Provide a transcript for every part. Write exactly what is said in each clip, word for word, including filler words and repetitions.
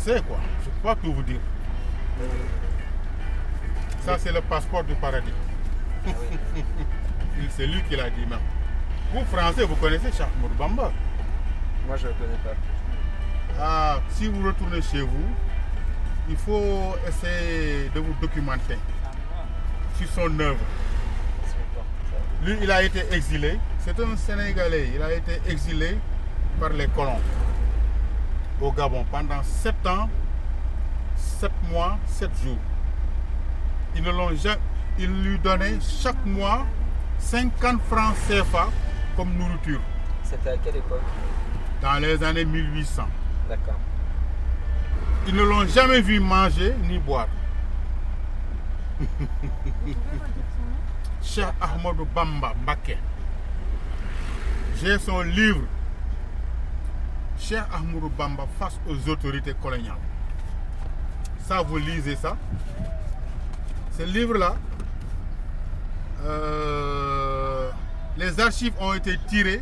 sait quoi. Je ne peux pas tout vous dire. Ça, c'est le passeport du paradis. Ah oui. C'est lui qui l'a dit même. Vous, Français, vous connaissez Cheikh Ahmadou Bamba? Moi, je ne le connais pas. Ah, si vous retournez chez vous, il faut essayer de vous documenter sur son œuvre. Lui, il a été exilé. C'est un Sénégalais. Il a été exilé par les colons au Gabon pendant sept ans, sept mois, sept jours. Ils ne l'ont jamais. Ils lui donnaient chaque mois cinquante francs C F A comme nourriture. C'était à quelle époque? Dans les années mille huit cents. D'accord. Ils ne l'ont jamais vu manger ni boire. Cheikh Ahmadou Bamba Mbacké. J'ai son livre Cheikh Ahmadou Bamba face aux autorités coloniales. Ça, vous lisez ça. Ce livre-là, euh, les archives ont été tirées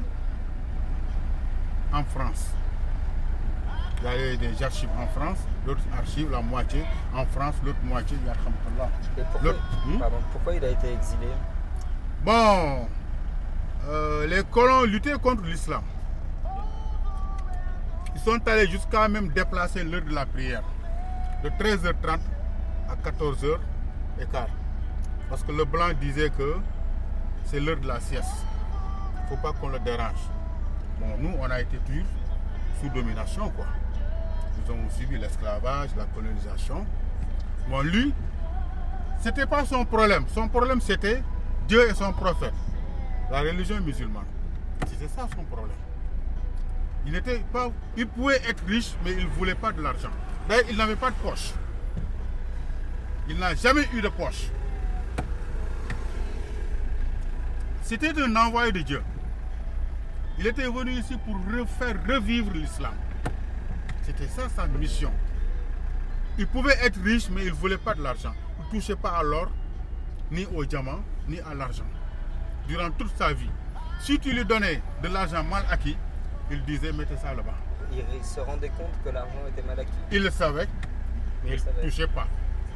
en France. Il y a des archives en France, d'autres archives, la moitié en France, l'autre moitié, il y a là. Et pourquoi, hmm? Pardon, pourquoi il a été exilé? Bon, euh, les colons luttaient contre l'islam. Ils sont allés jusqu'à même déplacer l'heure de la prière de treize heures trente à quatorze heures quinze. Parce que le blanc disait que c'est l'heure de la sieste. Il ne faut pas qu'on le dérange. Bon, nous, on a été toujours sous domination, quoi. Nous avons subi l'esclavage, la colonisation. Bon, lui, ce n'était pas son problème. Son problème, c'était Dieu et son prophète. La religion musulmane. C'était ça son problème. Il n'était pas, il pouvait être riche, mais il ne voulait pas de l'argent. D'ailleurs, il n'avait pas de poche. Il n'a jamais eu de poche. C'était un envoyé de Dieu. Il était venu ici pour refaire revivre l'islam. C'était ça sa mission. Il pouvait être riche, mais il ne voulait pas de l'argent. Il ne touchait pas à l'or, ni au diamant, ni à l'argent. Durant toute sa vie. Si tu lui donnais de l'argent mal acquis, il disait mettez ça là-bas. Il, il se rendait compte que l'argent était mal acquis. Il le savait, mais il ne touchait pas.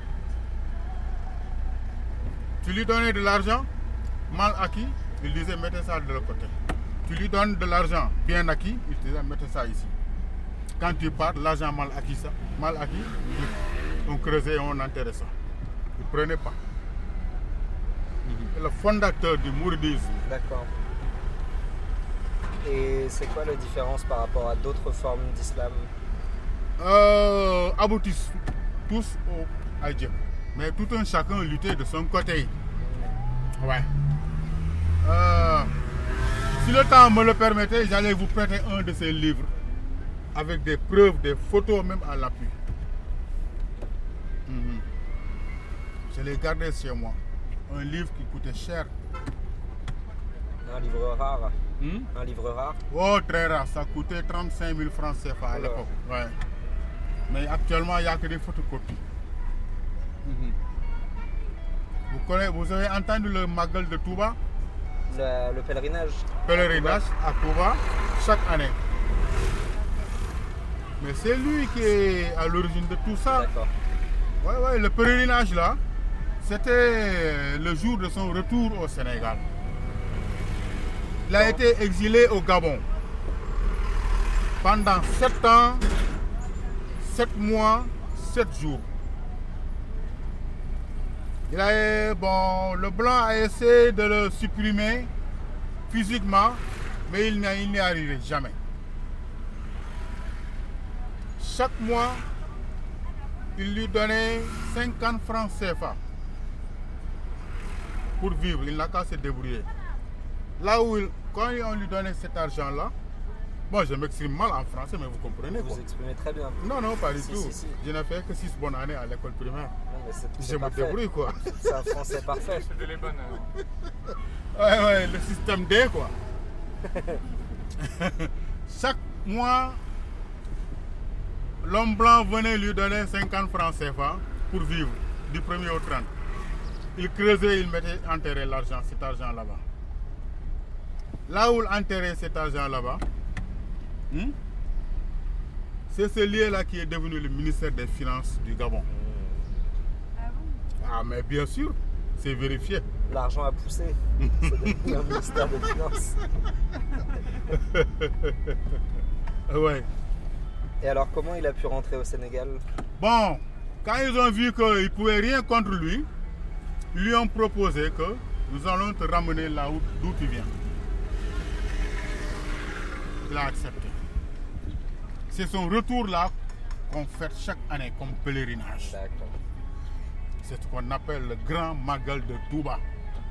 Tu lui donnais de l'argent mal acquis, il disait mettez ça de l'autre côté. Tu lui donnes de l'argent bien acquis, il disait mettez ça ici. Quand tu pars, l'argent mal acquis, ça, mal acquis, on creusait et on enterrait ça. Il ne prenait pas. C'est le fondateur du mouridisme. D'accord. Et c'est quoi la différence par rapport à d'autres formes d'islam? euh, Aboutissent tous au, à Dieu. Mais tout un chacun luttait de son côté. Ouais. Euh, si le temps me le permettait, j'allais vous prêter un de ces livres avec des preuves, des photos même à l'appui. Mm-hmm. Je l'ai gardé chez moi. Un livre qui coûtait cher. Un livre rare. Hmm? Un livre rare. Oh, très rare. Ça coûtait trente-cinq mille francs C F A à l'époque. Ouais. Mais actuellement, il n'y a que des photocopies. Mm-hmm. Vous, connaissez, vous avez entendu le Magal de Touba? Le, le pèlerinage. Pèlerinage à Touba, chaque année. Mais c'est lui qui est à l'origine de tout ça. D'accord. Ouais, ouais, le pèlerinage là, c'était le jour de son retour au Sénégal. Il a été exilé au Gabon pendant sept ans, sept mois, sept jours. Il a, bon, le blanc a essayé de le supprimer physiquement, mais il n'y arrivait jamais. Chaque mois, il lui donnait cinquante francs C F A pour vivre. Il n'a qu'à se débrouiller. Là où, il, quand on lui donnait cet argent-là, bon, je m'exprime mal en français, mais vous comprenez. Vous quoi. vous exprimez très bien. Non, non, pas du si, tout. Si, si. Je n'ai fait que six bonnes années à l'école primaire. Non, mais c'est, c'est je parfait. me débrouille, quoi. C'est un français parfait. C'était les bonnes. Ouais, ouais, le système D, quoi. Chaque mois, l'homme blanc venait lui donner cinquante francs C F A pour vivre, du premier au trente. Il creusait, il mettait enterrer l'argent, cet argent là-bas. Là où il enterrait cet argent là-bas, hmm, C'est ce lieu-là qui est devenu le ministère des Finances du Gabon. Ah bon? Ah, mais bien sûr, c'est vérifié. L'argent a poussé. C'est devenu un ministère des Finances. Ouais. Et alors, comment il a pu rentrer au Sénégal? Bon, quand ils ont vu qu'ils ne pouvaient rien contre lui, ils lui ont proposé que nous allons te ramener là où, d'où tu viens. Il a accepté. C'est son retour là qu'on fait chaque année comme pèlerinage. D'accord. C'est ce qu'on appelle le grand Magal de Touba.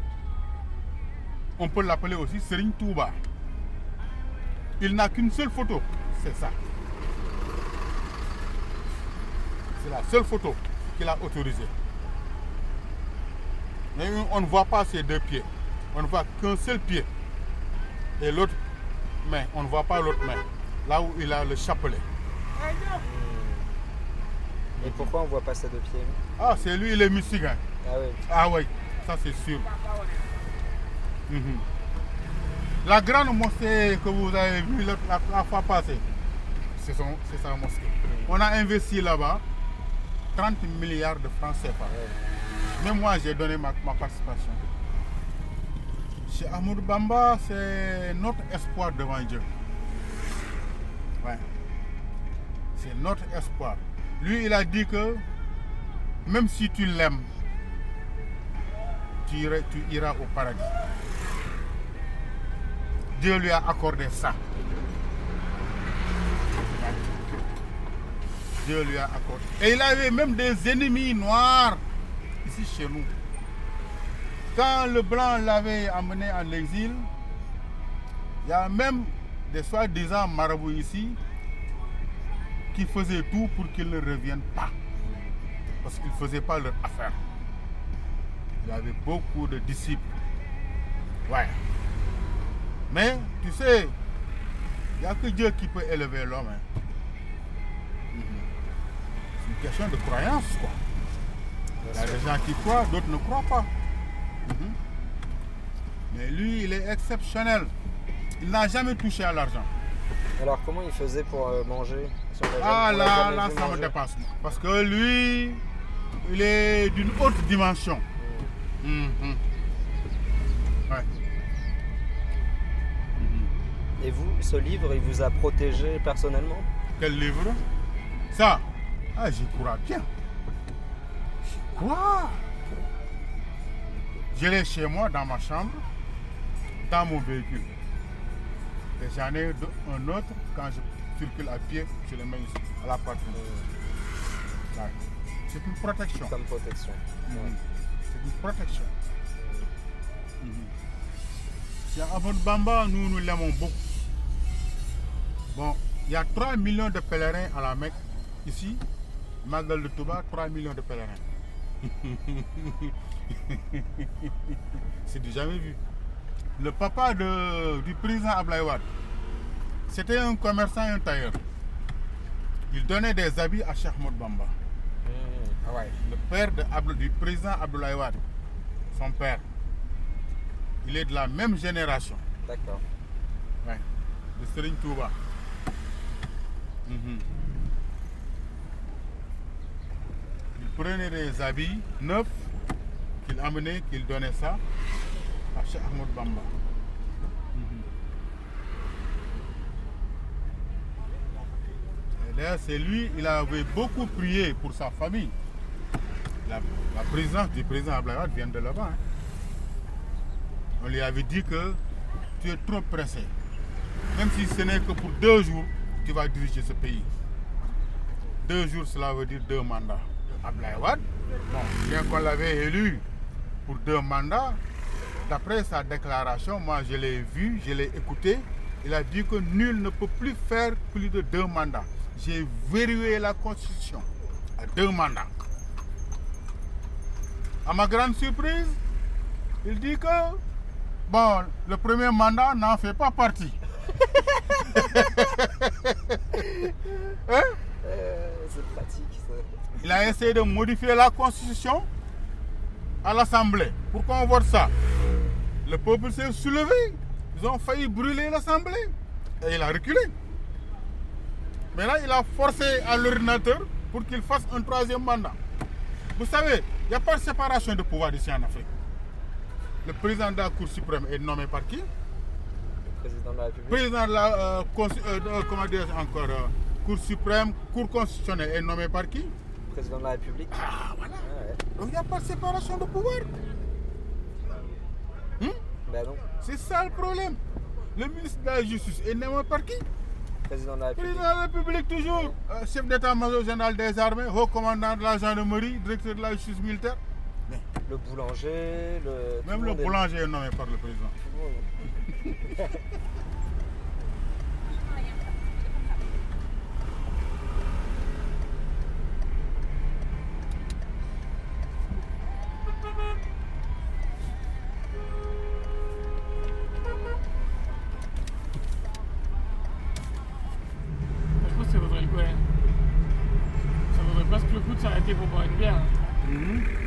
On peut l'appeler aussi Serigne Touba. Il n'a qu'une seule photo, c'est ça. C'est la seule photo qu'il a autorisée. Mais on ne voit pas ses deux pieds. On ne voit qu'un seul pied. Et l'autre main, on ne voit pas l'autre main. Là où il a le chapelet. Et pourquoi on ne voit pas ses deux pieds? Ah, c'est lui, il est mystique. Hein. Ah oui. Ah oui, ça c'est sûr. Mhm. La grande mosquée que vous avez vue la, la, la fois passée, c'est sa mosquée. On a investi là-bas trente milliards de francs C F A. Ouais. Même moi, j'ai donné ma, ma participation. Chez Amadou Bamba, c'est notre espoir devant Dieu. Ouais. C'est notre espoir. Lui, il a dit que même si tu l'aimes, tu iras, tu iras au paradis. Dieu lui a accordé ça. Dieu lui a accordé. Et il avait même des ennemis noirs ici chez nous. Quand le blanc l'avait amené en exil, il y a même des soi-disant marabouts ici qui faisaient tout pour qu'ils ne reviennent pas. Parce qu'ils ne faisaient pas leur affaire. Il y avait beaucoup de disciples. Ouais. Mais, tu sais, il n'y a que Dieu qui peut élever l'homme. Hein. C'est une question de croyance, quoi. Il y a des gens qui croient, d'autres ne croient pas. Mm-hmm. Mais lui, il est exceptionnel. Il n'a jamais touché à l'argent. Alors, comment il faisait pour euh, manger? Si on l'a Ah jamais- on l'a là, jamais là, vu ça me manger. dépasse. Parce que lui, il est d'une haute dimension. Mhm. Ouais. Et vous, ce livre, il vous a protégé personnellement? Quel livre? Ça? Ah, j'y crois bien. Quoi? Je l'ai chez moi, dans ma chambre, dans mon véhicule. Et j'en ai un autre, quand je circule à pied, je le mets ici, à la partie. Ouais. C'est une protection. Comme protection. Mhm. C'est une protection. Mhm. Chez Amadou Bamba, nous, nous l'aimons beaucoup. Bon, il y a trois millions de pèlerins à la Mecque. Ici, Magal de Touba, trois millions de pèlerins. C'est du jamais vu. Le papa de, du président Abdoulaye Wade, c'était un commerçant et un tailleur. Il donnait des habits à Cheikh Ahmadou Bamba. Mmh. Ah ouais. Le père de Abdou- du président Abdoulaye Wade, son père, il est de la même génération. D'accord. Ouais. De Serigne Touba. Mhm. Il prenait des habits neufs qu'il amenait, qu'il donnait ça à Cheikh Ahmadou Bamba. Mhm. Et d'ailleurs, c'est lui, il avait beaucoup prié pour sa famille. La, la présidence du président Abdoulaye Wade vient de là-bas. Hein. On lui avait dit que tu es trop pressé. Même si ce n'est que pour deux jours, tu vas diriger ce pays. Deux jours, cela veut dire deux mandats. Abdoulaye Wade, bon, bien qu'on l'avait élu pour deux mandats, d'après sa déclaration, moi je l'ai vu, je l'ai écouté, il a dit que nul ne peut plus faire plus de deux mandats. J'ai verrouillé la Constitution à deux mandats. À ma grande surprise, il dit que bon, le premier mandat n'en fait pas partie. Hein? Euh, c'est pratique, ça. Il a essayé de modifier la Constitution à l'Assemblée. Pourquoi on vote ça? Le peuple s'est soulevé. Ils ont failli brûler l'Assemblée. Et il a reculé. Maintenant, il a forcé à l'ordinateur pour qu'il fasse un troisième mandat. Vous savez, il n'y a pas de séparation de pouvoir ici en Afrique. Le président de la Cour suprême est nommé par qui? Le président de la République. Le président de la euh, euh, comment dire encore, euh, Cour suprême, Cour constitutionnelle est nommé par qui? Le président de la République. Ah, voilà. Ah, ouais. Donc il n'y a pas de séparation de pouvoir. Hmm? Ben non. C'est ça le problème. Le ministre de la Justice est nommé par qui? Président de la République. Président de la République toujours. Euh, chef d'état-major général des armées, haut commandant de la gendarmerie, directeur de la justice militaire. Mais Le boulanger, le. tout même le monde est- boulanger est nommé par le président. tout le monde. Je pense que ça vaudrait le coup. hein. Ça vaudrait presque le coup de s'arrêter pour boire une bière. hein. Mhm.